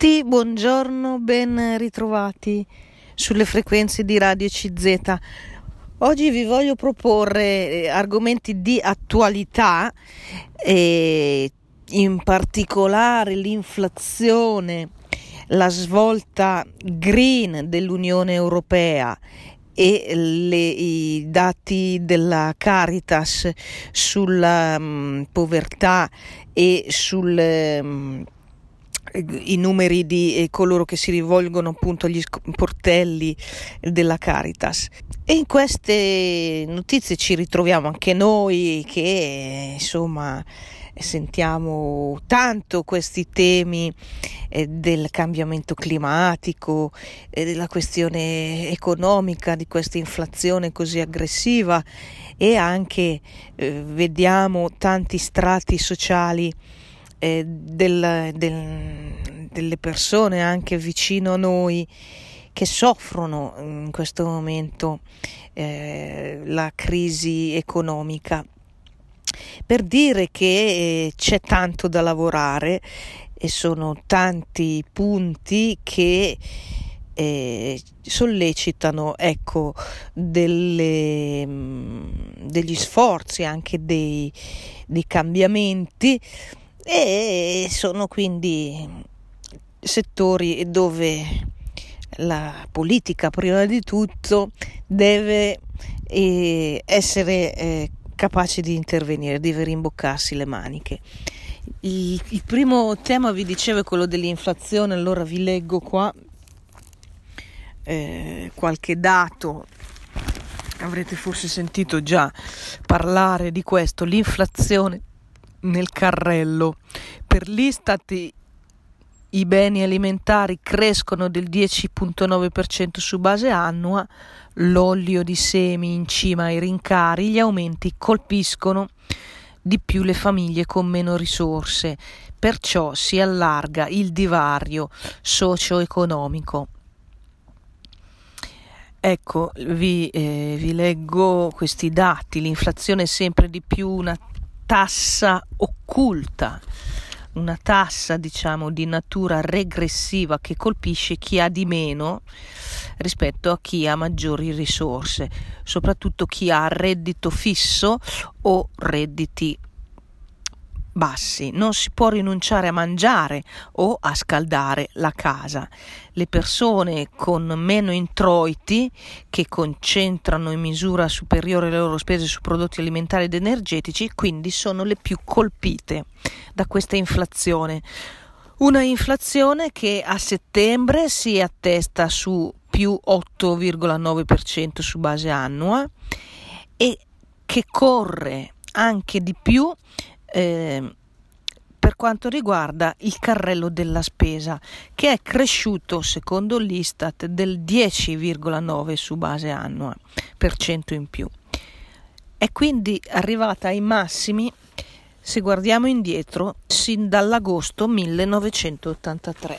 tutti, buongiorno, ben ritrovati sulle frequenze di Radio CZ. Oggi vi voglio proporre argomenti di attualità e in particolare l'inflazione, la svolta green dell'Unione Europea e i dati della Caritas sulla povertà e i numeri di coloro che si rivolgono appunto agli sportelli della Caritas. E in queste notizie ci ritroviamo anche noi che insomma sentiamo tanto questi temi del cambiamento climatico, della questione economica, di questa inflazione così aggressiva, e anche vediamo tanti strati sociali delle persone anche vicino a noi che soffrono in questo momento la crisi economica. Per dire che c'è tanto da lavorare e sono tanti punti che sollecitano degli sforzi, anche dei cambiamenti, e sono quindi settori dove la politica prima di tutto deve essere capace di intervenire, deve rimboccarsi le maniche. Il primo tema, vi dicevo, è quello dell'inflazione. Allora vi leggo qua qualche dato. Avrete forse sentito già parlare di questo. L'inflazione nel carrello. Per l'Istat i beni alimentari crescono del 10,9% su base annua, l'olio di semi in cima ai rincari, gli aumenti colpiscono di più le famiglie con meno risorse, perciò si allarga il divario socio-economico. Ecco, vi leggo questi dati. L'inflazione è sempre di più una tassa occulta, una tassa di natura regressiva che colpisce chi ha di meno rispetto a chi ha maggiori risorse, soprattutto chi ha reddito fisso o redditi bassi. Non si può rinunciare a mangiare o a scaldare la casa. Le persone con meno introiti, che concentrano in misura superiore le loro spese su prodotti alimentari ed energetici, quindi sono le più colpite da questa inflazione. Una inflazione che a settembre si attesta su più 8,9% su base annua e che corre anche di più per quanto riguarda il carrello della spesa, che è cresciuto secondo l'Istat del 10,9 su base annua per cento in più. È quindi arrivata ai massimi, se guardiamo indietro, sin dall'agosto 1983.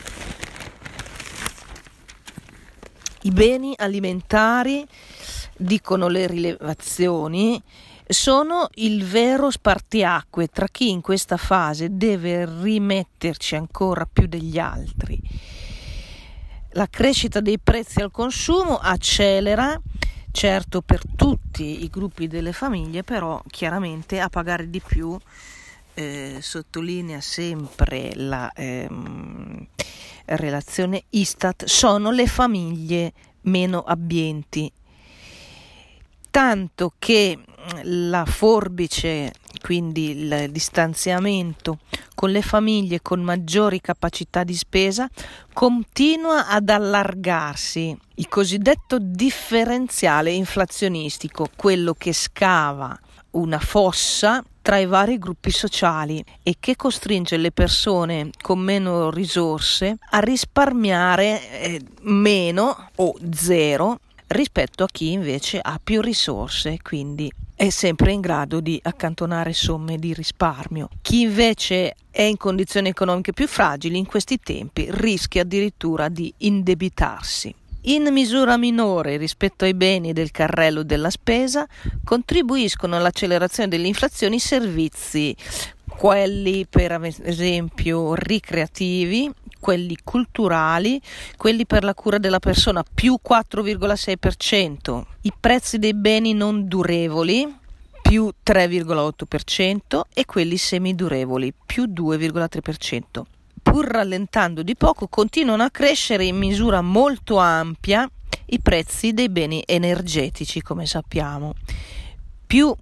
I beni alimentari, dicono le rilevazioni, sono il vero spartiacque tra chi in questa fase deve rimetterci ancora più degli altri. La crescita dei prezzi al consumo accelera, certo per tutti i gruppi delle famiglie, però chiaramente a pagare di più, sottolinea sempre la relazione Istat, sono le famiglie meno abbienti. Tanto che la forbice, quindi il distanziamento con le famiglie con maggiori capacità di spesa, continua ad allargarsi. Il cosiddetto differenziale inflazionistico, quello che scava una fossa tra i vari gruppi sociali e che costringe le persone con meno risorse a risparmiare meno o zero rispetto a chi invece ha più risorse, quindi è sempre in grado di accantonare somme di risparmio. Chi invece è in condizioni economiche più fragili in questi tempi rischia addirittura di indebitarsi. In misura minore rispetto ai beni del carrello della spesa contribuiscono all'accelerazione dell'inflazione i servizi, quelli per esempio ricreativi, quelli culturali, quelli per la cura della persona più 4,6%, i prezzi dei beni non durevoli più 3,8% e quelli semidurevoli più 2,3%. Pur rallentando di poco, continuano a crescere in misura molto ampia i prezzi dei beni energetici, come sappiamo, più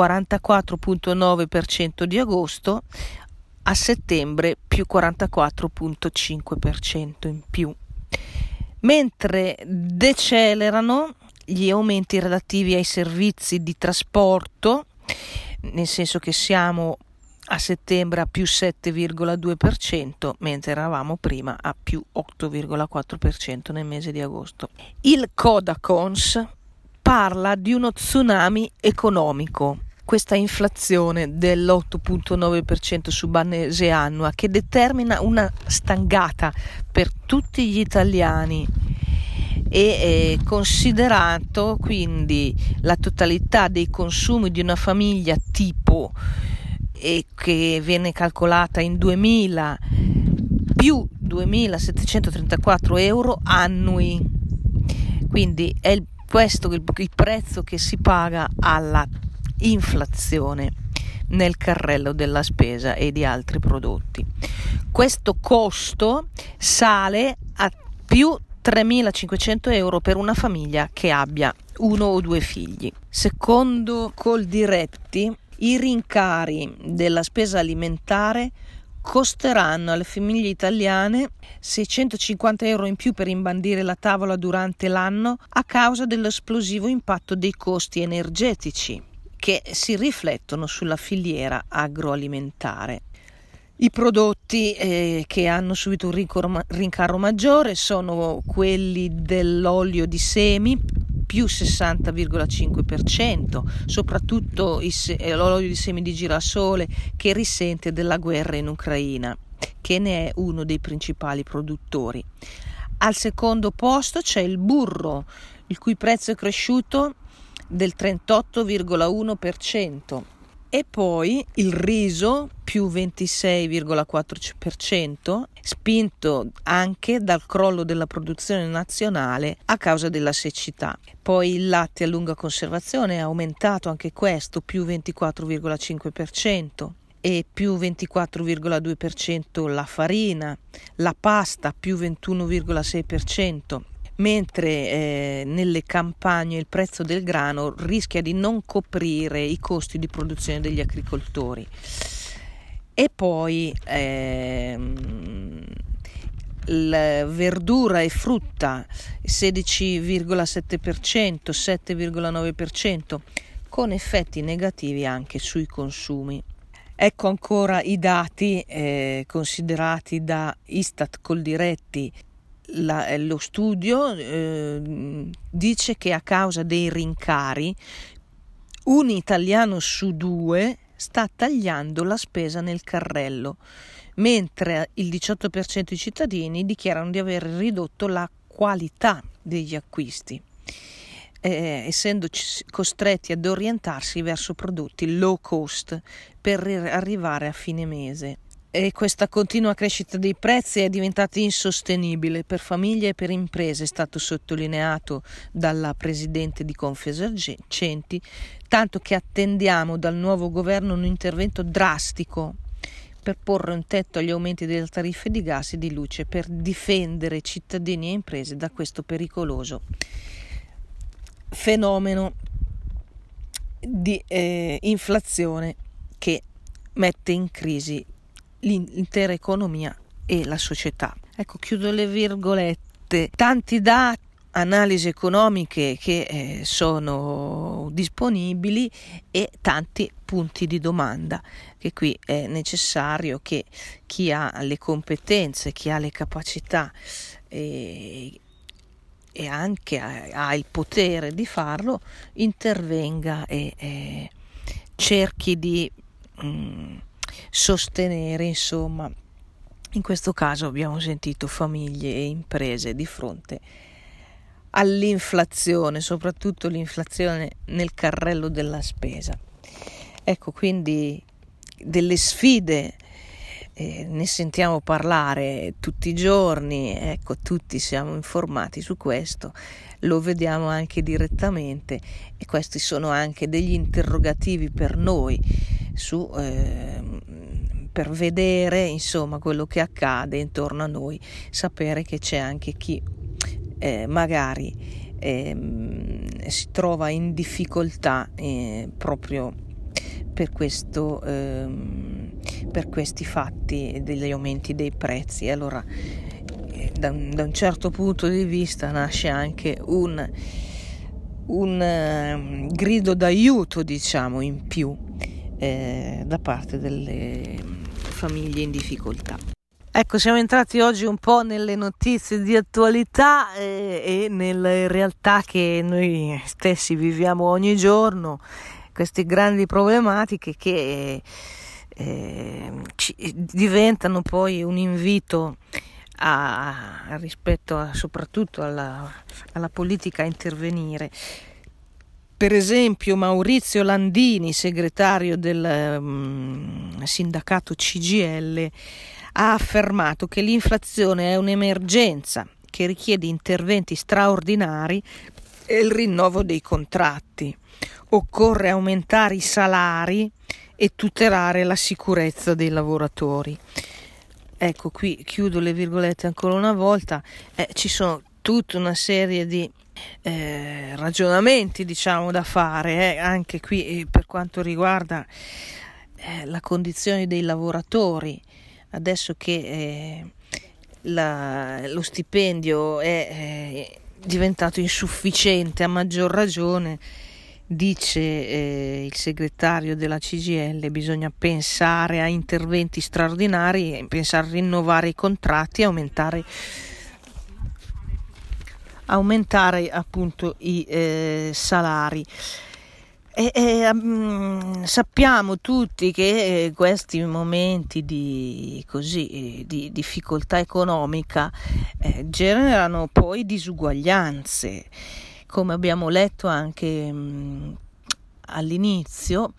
44,9% di agosto, a settembre più 44,5% in più, mentre decelerano gli aumenti relativi ai servizi di trasporto, nel senso che siamo a settembre a più 7,2%, mentre eravamo prima a più 8,4% nel mese di agosto. Il Codacons parla di uno tsunami economico, questa inflazione dell'8,9% su base annua che determina una stangata per tutti gli italiani e considerato quindi la totalità dei consumi di una famiglia tipo e che viene calcolata in 2.000 più 2.734 euro annui, quindi è questo il prezzo che si paga alla inflazione nel carrello della spesa e di altri prodotti. Questo costo sale a più 3.500 euro per una famiglia che abbia uno o due figli. Secondo Coldiretti, i rincari della spesa alimentare costeranno alle famiglie italiane 650 euro in più per imbandire la tavola durante l'anno a causa dell'esplosivo impatto dei costi energetici che si riflettono sulla filiera agroalimentare. I prodotti che hanno subito un rincaro maggiore sono quelli dell'olio di semi più 60,5%, soprattutto l'olio di semi di girasole che risente della guerra in Ucraina, che ne è uno dei principali produttori. Al secondo posto c'è il burro, il cui prezzo è cresciuto del 38,1%. E poi il riso più 26,4%, spinto anche dal crollo della produzione nazionale a causa della siccità. Poi il latte a lunga conservazione è aumentato anche questo, più 24,5%, e più 24,2% la farina, la pasta più 21,6%. Mentre nelle campagne il prezzo del grano rischia di non coprire i costi di produzione degli agricoltori. E poi la verdura e frutta 16,7%, 7,9%, con effetti negativi anche sui consumi. Ecco ancora i dati considerati da Istat Coldiretti. Lo studio dice che a causa dei rincari un italiano su due sta tagliando la spesa nel carrello, mentre il 18% dei cittadini dichiarano di aver ridotto la qualità degli acquisti, essendo costretti ad orientarsi verso prodotti low cost per arrivare a fine mese. E questa continua crescita dei prezzi è diventata insostenibile per famiglie e per imprese, è stato sottolineato dalla presidente di Confesercenti, tanto che attendiamo dal nuovo governo un intervento drastico per porre un tetto agli aumenti delle tariffe di gas e di luce per difendere cittadini e imprese da questo pericoloso fenomeno di inflazione che mette in crisi l'intera economia e la società. Ecco, chiudo le virgolette. Tanti dati, analisi economiche che sono disponibili e tanti punti di domanda che qui è necessario che chi ha le competenze, chi ha le capacità e anche ha il potere di farlo intervenga e cerchi di sostenere, insomma. In questo caso abbiamo sentito famiglie e imprese di fronte all'inflazione, soprattutto l'inflazione nel carrello della spesa. Ecco, quindi delle sfide ne sentiamo parlare tutti i giorni, ecco, tutti siamo informati su questo, lo vediamo anche direttamente, e questi sono anche degli interrogativi per noi per vedere insomma quello che accade intorno a noi, sapere che c'è anche chi magari si trova in difficoltà proprio per questi fatti degli aumenti dei prezzi. Allora da un certo punto di vista nasce anche un grido d'aiuto, diciamo, in più da parte delle famiglie in difficoltà. Ecco, siamo entrati oggi un po' nelle notizie di attualità e nelle realtà che noi stessi viviamo ogni giorno, queste grandi problematiche che diventano poi un invito soprattutto alla politica a intervenire. Per esempio Maurizio Landini, segretario del sindacato CGIL, ha affermato che l'inflazione è un'emergenza che richiede interventi straordinari e il rinnovo dei contratti. Occorre aumentare i salari e tutelare la sicurezza dei lavoratori. Ecco, qui chiudo le virgolette ancora una volta. Ci sono tutta una serie di ragionamenti, diciamo, da fare anche qui per quanto riguarda la condizione dei lavoratori. Adesso che lo stipendio è diventato insufficiente, a maggior ragione, dice il segretario della CGIL, bisogna pensare a interventi straordinari, pensare a rinnovare i contratti, aumentare appunto i salari. Sappiamo tutti che questi momenti di difficoltà economica generano poi disuguaglianze, come abbiamo letto anche all'inizio.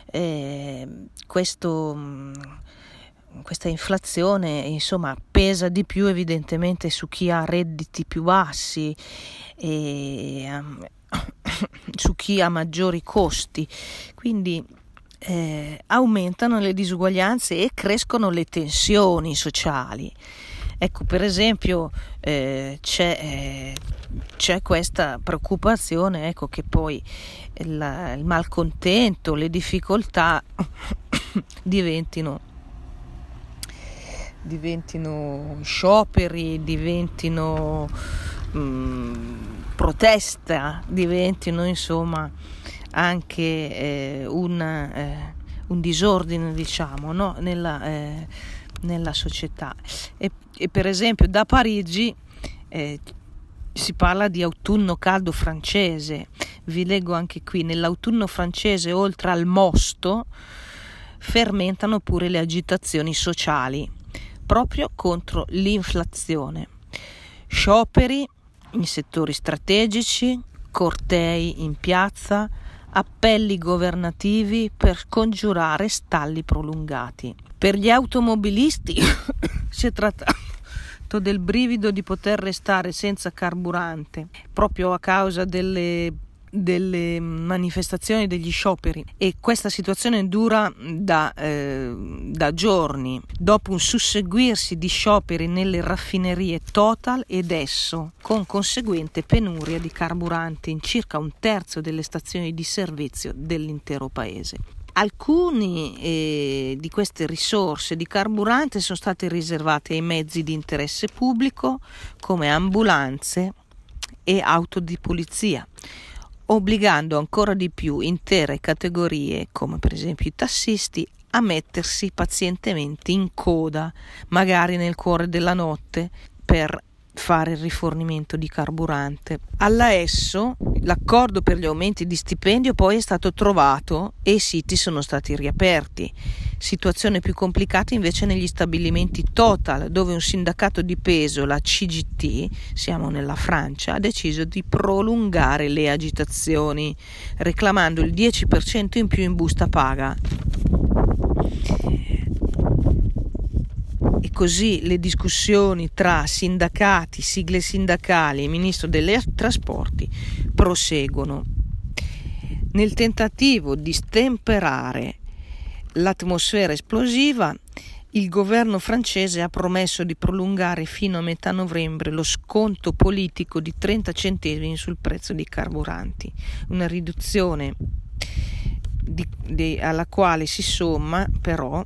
Questa inflazione insomma pesa di più evidentemente su chi ha redditi più bassi e su chi ha maggiori costi, quindi aumentano le disuguaglianze e crescono le tensioni sociali. Ecco, per esempio c'è questa preoccupazione, ecco, che poi il malcontento, le difficoltà diventino scioperi, diventino protesta, diventino insomma anche un disordine, diciamo, no? nella società. E per esempio da Parigi si parla di autunno caldo francese. Vi leggo anche qui: nell'autunno francese, oltre al mosto, fermentano pure le agitazioni sociali proprio contro l'inflazione. Scioperi in settori strategici, cortei in piazza, appelli governativi per scongiurare stalli prolungati. Per gli automobilisti si è trattato del brivido di poter restare senza carburante proprio a causa delle manifestazioni, degli scioperi, e questa situazione dura da giorni dopo un susseguirsi di scioperi nelle raffinerie Total ed Esso, con conseguente penuria di carburante in circa un terzo delle stazioni di servizio dell'intero paese. Alcune di queste risorse di carburante sono state riservate ai mezzi di interesse pubblico come ambulanze e auto di polizia, obbligando ancora di più intere categorie, come per esempio i tassisti, a mettersi pazientemente in coda, magari nel cuore della notte, per fare il rifornimento di carburante. Alla Esso l'accordo per gli aumenti di stipendio poi è stato trovato e i siti sono stati riaperti. Situazione più complicata invece negli stabilimenti Total, dove un sindacato di peso, la CGT, siamo nella Francia, ha deciso di prolungare le agitazioni, reclamando il 10% in più in busta paga. E così le discussioni tra sindacati, sigle sindacali e ministro dei trasporti proseguono. Nel tentativo di stemperare l'atmosfera esplosiva, il governo francese ha promesso di prolungare fino a metà novembre lo sconto politico di 30 centesimi sul prezzo dei carburanti, una riduzione alla quale si somma però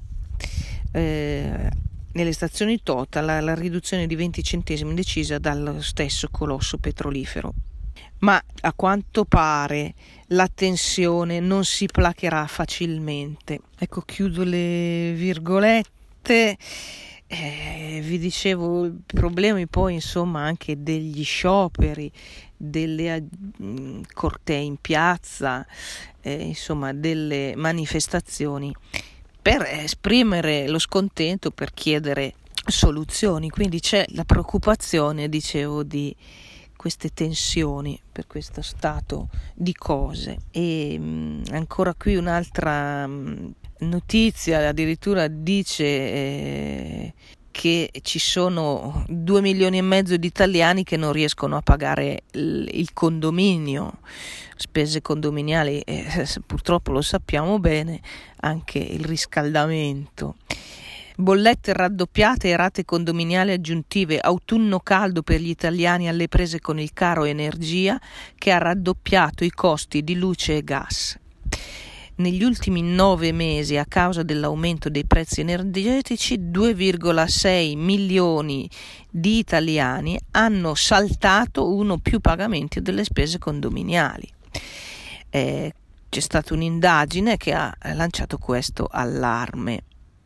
nelle stazioni Total la riduzione di 20 centesimi decisa dallo stesso colosso petrolifero. Ma a quanto pare la tensione non si placherà facilmente. Ecco, chiudo le virgolette. Vi dicevo i problemi poi insomma anche degli scioperi, delle cortei in piazza, insomma delle manifestazioni per esprimere lo scontento, per chiedere soluzioni. Quindi c'è la preoccupazione, dicevo, di queste tensioni per questo stato di cose. E ancora qui un'altra notizia, addirittura dice che ci sono 2,5 milioni di italiani che non riescono a pagare il condominio, spese condominiali, purtroppo lo sappiamo bene, anche il riscaldamento. Bollette raddoppiate e rate condominiali aggiuntive, autunno caldo per gli italiani alle prese con il caro energia che ha raddoppiato i costi di luce e gas. Negli ultimi 9 mesi, a causa dell'aumento dei prezzi energetici, 2,6 milioni di italiani hanno saltato uno o più pagamenti delle spese condominiali. C'è stata un'indagine che ha lanciato questo allarme.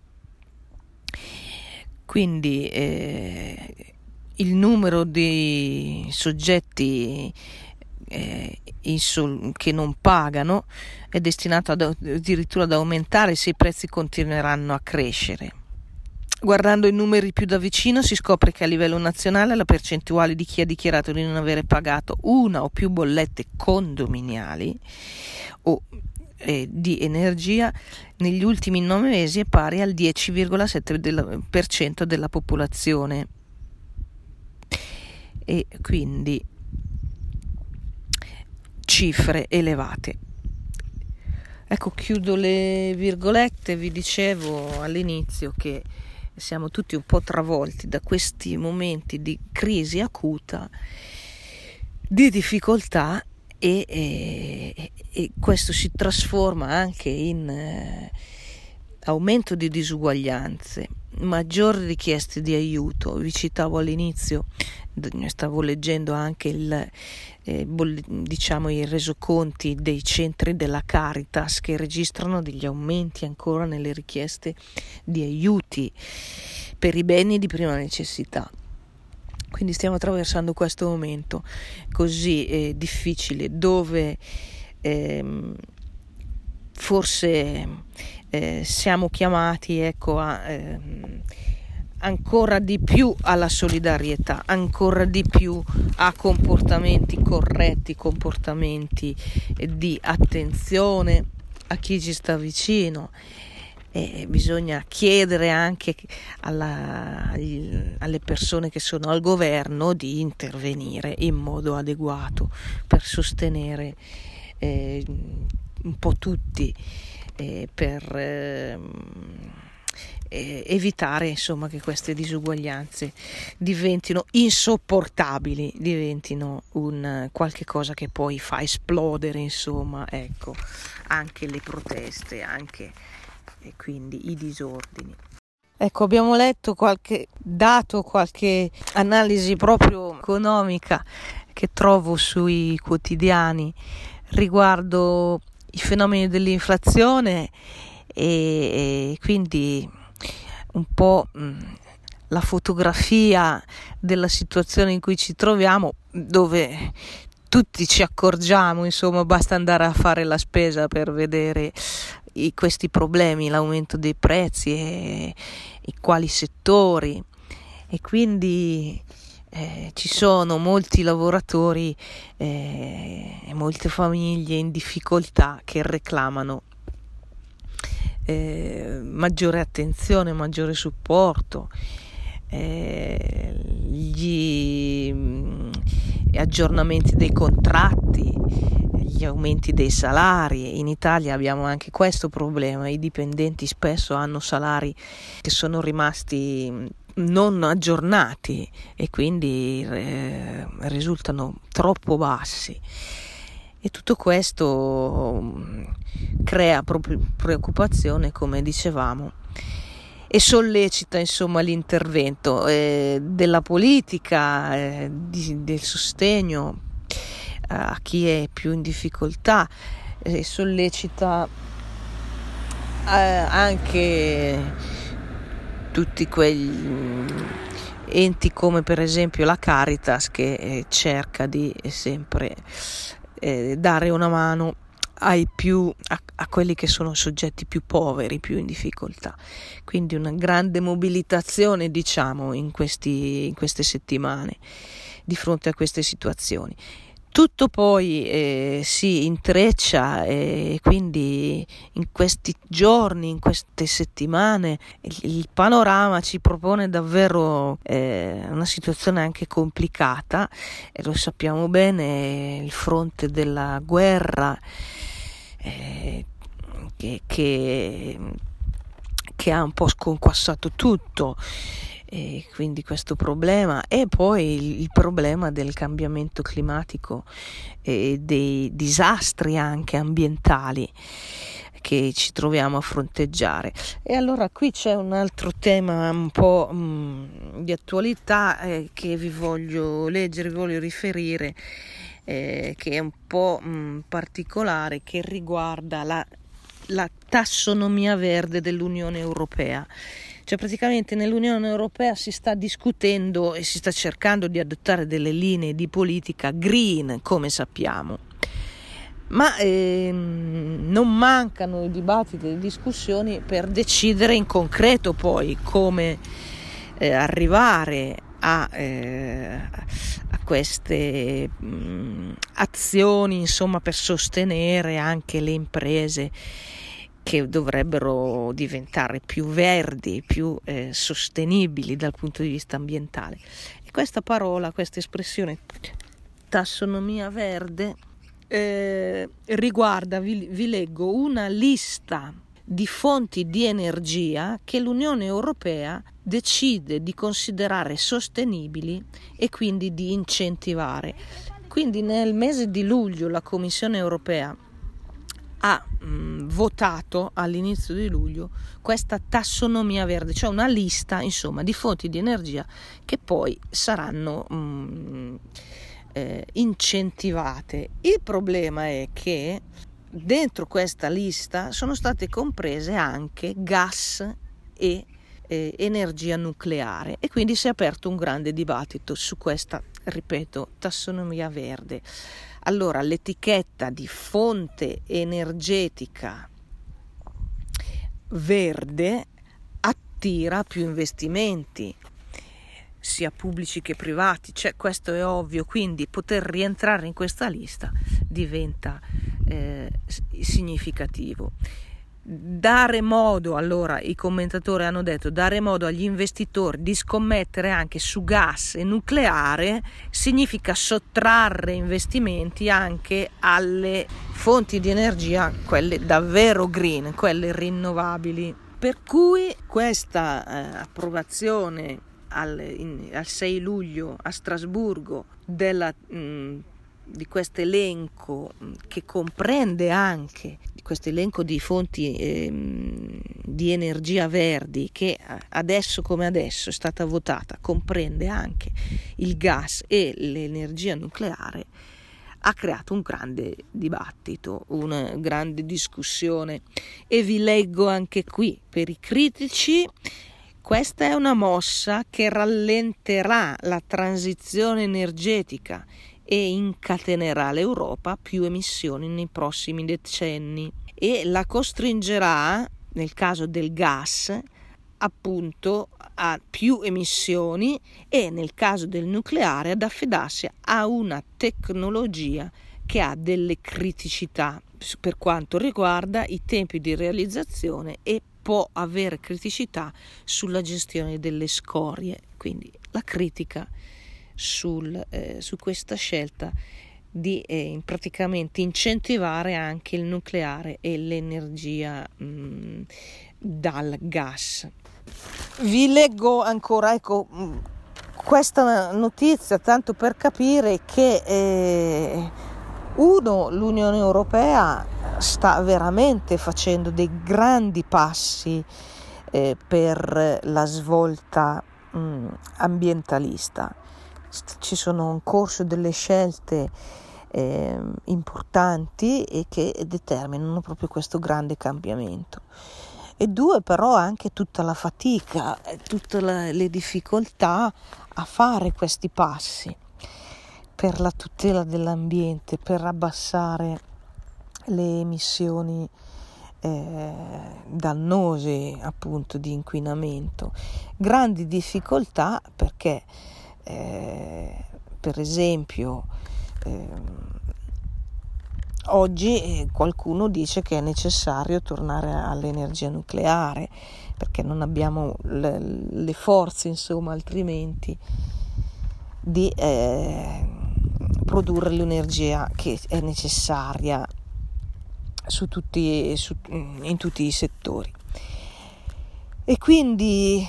Quindi il numero di soggetti che non pagano è destinato addirittura ad aumentare se i prezzi continueranno a crescere. Guardando i numeri più da vicino si scopre che a livello nazionale la percentuale di chi ha dichiarato di non avere pagato una o più bollette condominiali o di energia negli ultimi 9 mesi è pari al 10,7% della popolazione, e quindi cifre elevate. Ecco, chiudo le virgolette. Vi dicevo all'inizio che siamo tutti un po' travolti da questi momenti di crisi acuta, di difficoltà, e questo si trasforma anche in aumento di disuguaglianze, maggiori richieste di aiuto. Vi citavo all'inizio, stavo leggendo anche i resoconti dei centri della Caritas che registrano degli aumenti ancora nelle richieste di aiuti per i beni di prima necessità. Quindi stiamo attraversando questo momento così difficile, dove forse siamo chiamati, ecco, ancora di più alla solidarietà, ancora di più a comportamenti corretti, comportamenti di attenzione a chi ci sta vicino. Bisogna chiedere anche alle persone che sono al governo di intervenire in modo adeguato per sostenere un po' tutti, per evitare insomma che queste disuguaglianze diventino insopportabili, diventino un qualche cosa che poi fa esplodere, insomma, ecco, anche le proteste, anche e quindi i disordini. Ecco, abbiamo letto qualche dato, qualche analisi proprio economica che trovo sui quotidiani riguardo i fenomeni dell'inflazione e quindi un po' la fotografia della situazione in cui ci troviamo, dove tutti ci accorgiamo, insomma, basta andare a fare la spesa per vedere questi problemi, l'aumento dei prezzi e quali settori, e quindi ci sono molti lavoratori e molte famiglie in difficoltà che reclamano maggiore attenzione, maggiore supporto, gli aggiornamenti dei contratti, gli aumenti dei salari. In Italia abbiamo anche questo problema: i dipendenti spesso hanno salari che sono rimasti non aggiornati e quindi risultano troppo bassi, e tutto questo crea proprio preoccupazione, come dicevamo, e sollecita insomma l'intervento della politica, del sostegno a chi è più in difficoltà, sollecita anche tutti quegli enti come per esempio la Caritas, che cerca di sempre dare una mano a quelli che sono soggetti più poveri, più in difficoltà. Quindi una grande mobilitazione, diciamo, in queste settimane di fronte a queste situazioni. Tutto poi si intreccia, e quindi in questi giorni, in queste settimane, il panorama ci propone davvero una situazione anche complicata, e lo sappiamo bene, il fronte della guerra che ha un po' sconquassato tutto. E quindi questo problema, e poi il problema del cambiamento climatico e dei disastri anche ambientali che ci troviamo a fronteggiare. E allora qui c'è un altro tema un po' di attualità che vi voglio leggere, vi voglio riferire, che è un po' particolare, che riguarda la tassonomia verde dell'Unione Europea. Cioè praticamente nell'Unione Europea si sta discutendo e si sta cercando di adottare delle linee di politica green, come sappiamo, ma non mancano i dibattiti e le discussioni per decidere in concreto poi come arrivare a queste azioni, insomma, per sostenere anche le imprese che dovrebbero diventare più verdi, più sostenibili dal punto di vista ambientale. E questa parola, questa espressione tassonomia verde riguarda, vi leggo, una lista di fonti di energia che l'Unione Europea decide di considerare sostenibili e quindi di incentivare. Quindi nel mese di luglio la Commissione Europea ha votato all'inizio di luglio questa tassonomia verde, cioè una lista, insomma, di fonti di energia che poi saranno incentivate. Il problema è che dentro questa lista sono state comprese anche gas e energia nucleare, e quindi si è aperto un grande dibattito su questa, ripeto, tassonomia verde. Allora, l'etichetta di fonte energetica verde attira più investimenti, sia pubblici che privati, cioè questo è ovvio, quindi poter rientrare in questa lista diventa significativo. Dare modo, allora i commentatori hanno detto, dare modo agli investitori di scommettere anche su gas e nucleare significa sottrarre investimenti anche alle fonti di energia, quelle davvero green, quelle rinnovabili. Per cui questa approvazione al 6 luglio a Strasburgo di questo elenco, che comprende anche questo elenco di fonti di energia verdi, che adesso come adesso è stata votata, comprende anche il gas e l'energia nucleare, ha creato un grande dibattito, una grande discussione. E vi leggo anche qui, per i critici, questa è una mossa che rallenterà la transizione energetica e incatenerà l'Europa a più emissioni nei prossimi decenni, e la costringerà, nel caso del gas, appunto a più emissioni, e nel caso del nucleare ad affidarsi a una tecnologia che ha delle criticità per quanto riguarda i tempi di realizzazione e può avere criticità sulla gestione delle scorie. Quindi la critica su questa scelta di praticamente incentivare anche il nucleare e l'energia dal gas. Vi leggo ancora, questa notizia tanto per capire che l'Unione Europea sta veramente facendo dei grandi passi per la svolta ambientalista. Ci sono in corso delle scelte importanti e che determinano proprio questo grande cambiamento. E due, però, anche tutta la fatica, tutte le difficoltà a fare questi passi per la tutela dell'ambiente, per abbassare le emissioni dannose, appunto, di inquinamento. Grandi difficoltà perché per esempio oggi qualcuno dice che è necessario tornare all'energia nucleare perché non abbiamo le forze, insomma, altrimenti di produrre l'energia che è necessaria in tutti i settori. E quindi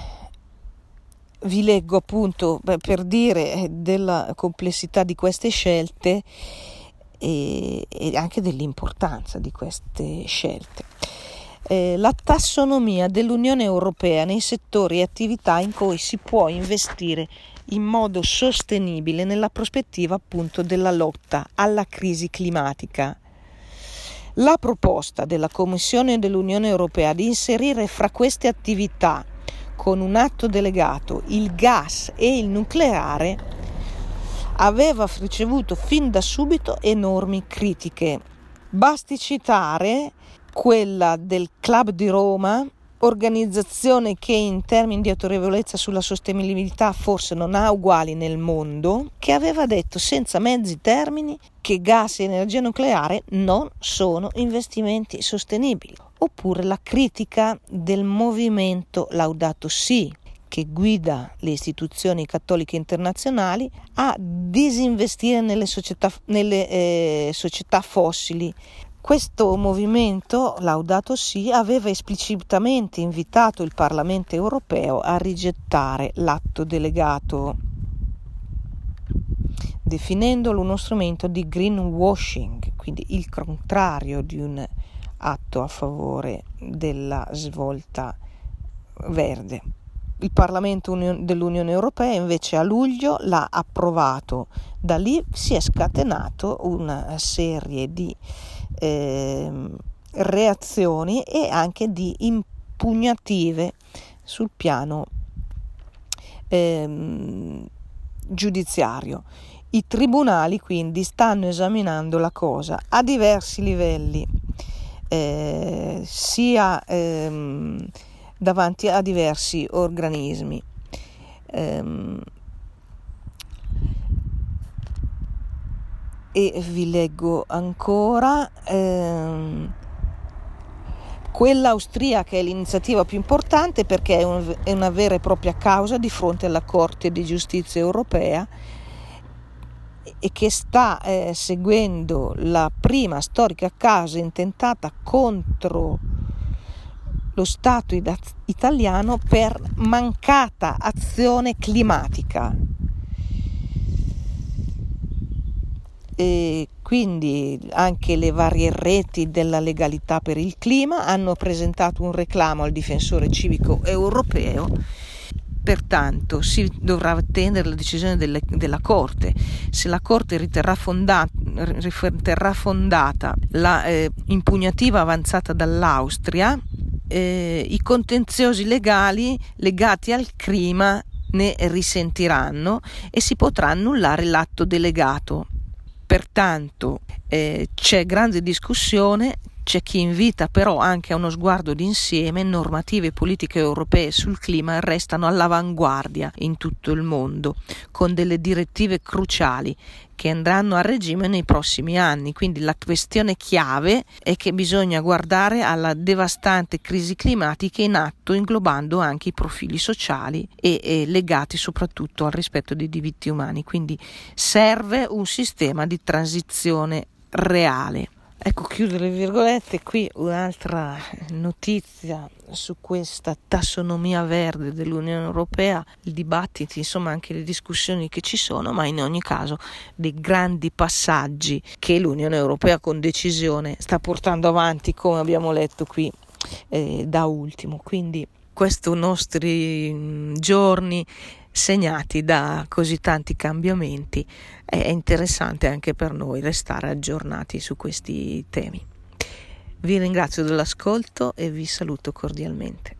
vi leggo, appunto, per dire della complessità di queste scelte e anche dell'importanza di queste scelte. La tassonomia dell'Unione Europea nei settori e attività in cui si può investire in modo sostenibile nella prospettiva, appunto, della lotta alla crisi climatica. La proposta della Commissione dell'Unione Europea di inserire fra queste attività con un atto delegato il gas e il nucleare aveva ricevuto fin da subito enormi critiche. Basti citare quella del Club di Roma, organizzazione che in termini di autorevolezza sulla sostenibilità forse non ha uguali nel mondo, che aveva detto senza mezzi termini che gas e energia nucleare non sono investimenti sostenibili. Oppure la critica del movimento Laudato Si, che guida le istituzioni cattoliche internazionali a disinvestire nelle società fossili. Questo movimento Laudato Si aveva esplicitamente invitato il Parlamento europeo a rigettare l'atto delegato, definendolo uno strumento di greenwashing, quindi il contrario di un atto a favore della svolta verde. Il Parlamento dell'Unione Europea invece a luglio l'ha approvato. Da lì si è scatenato una serie di reazioni e anche di impugnative sul piano giudiziario. I tribunali quindi stanno esaminando la cosa a diversi livelli, sia davanti a diversi organismi. E vi leggo ancora, quella austriaca è l'iniziativa più importante perché è una vera e propria causa di fronte alla Corte di Giustizia europea e che sta seguendo la prima storica causa intentata contro lo Stato italiano per mancata azione climatica. E quindi anche le varie reti della legalità per il clima hanno presentato un reclamo al difensore civico europeo. Pertanto si dovrà attendere la decisione della Corte. Se la Corte riterrà fondata la impugnativa avanzata dall'Austria, i contenziosi legali legati al clima ne risentiranno e si potrà annullare l'atto delegato. Pertanto c'è grande discussione C'è chi invita però anche a uno sguardo d'insieme. Normative e politiche europee sul clima restano all'avanguardia in tutto il mondo, con delle direttive cruciali che andranno a regime nei prossimi anni. Quindi la questione chiave è che bisogna guardare alla devastante crisi climatica in atto, inglobando anche i profili sociali e legati soprattutto al rispetto dei diritti umani. Quindi serve un sistema di transizione reale. Ecco, chiudo le virgolette. Qui un'altra notizia su questa tassonomia verde dell'Unione Europea, i dibattiti, insomma anche le discussioni che ci sono, ma in ogni caso dei grandi passaggi che l'Unione Europea con decisione sta portando avanti, come abbiamo letto qui da ultimo. Quindi questi nostri giorni segnati da così tanti cambiamenti, è interessante anche per noi restare aggiornati su questi temi. Vi ringrazio dell'ascolto e vi saluto cordialmente.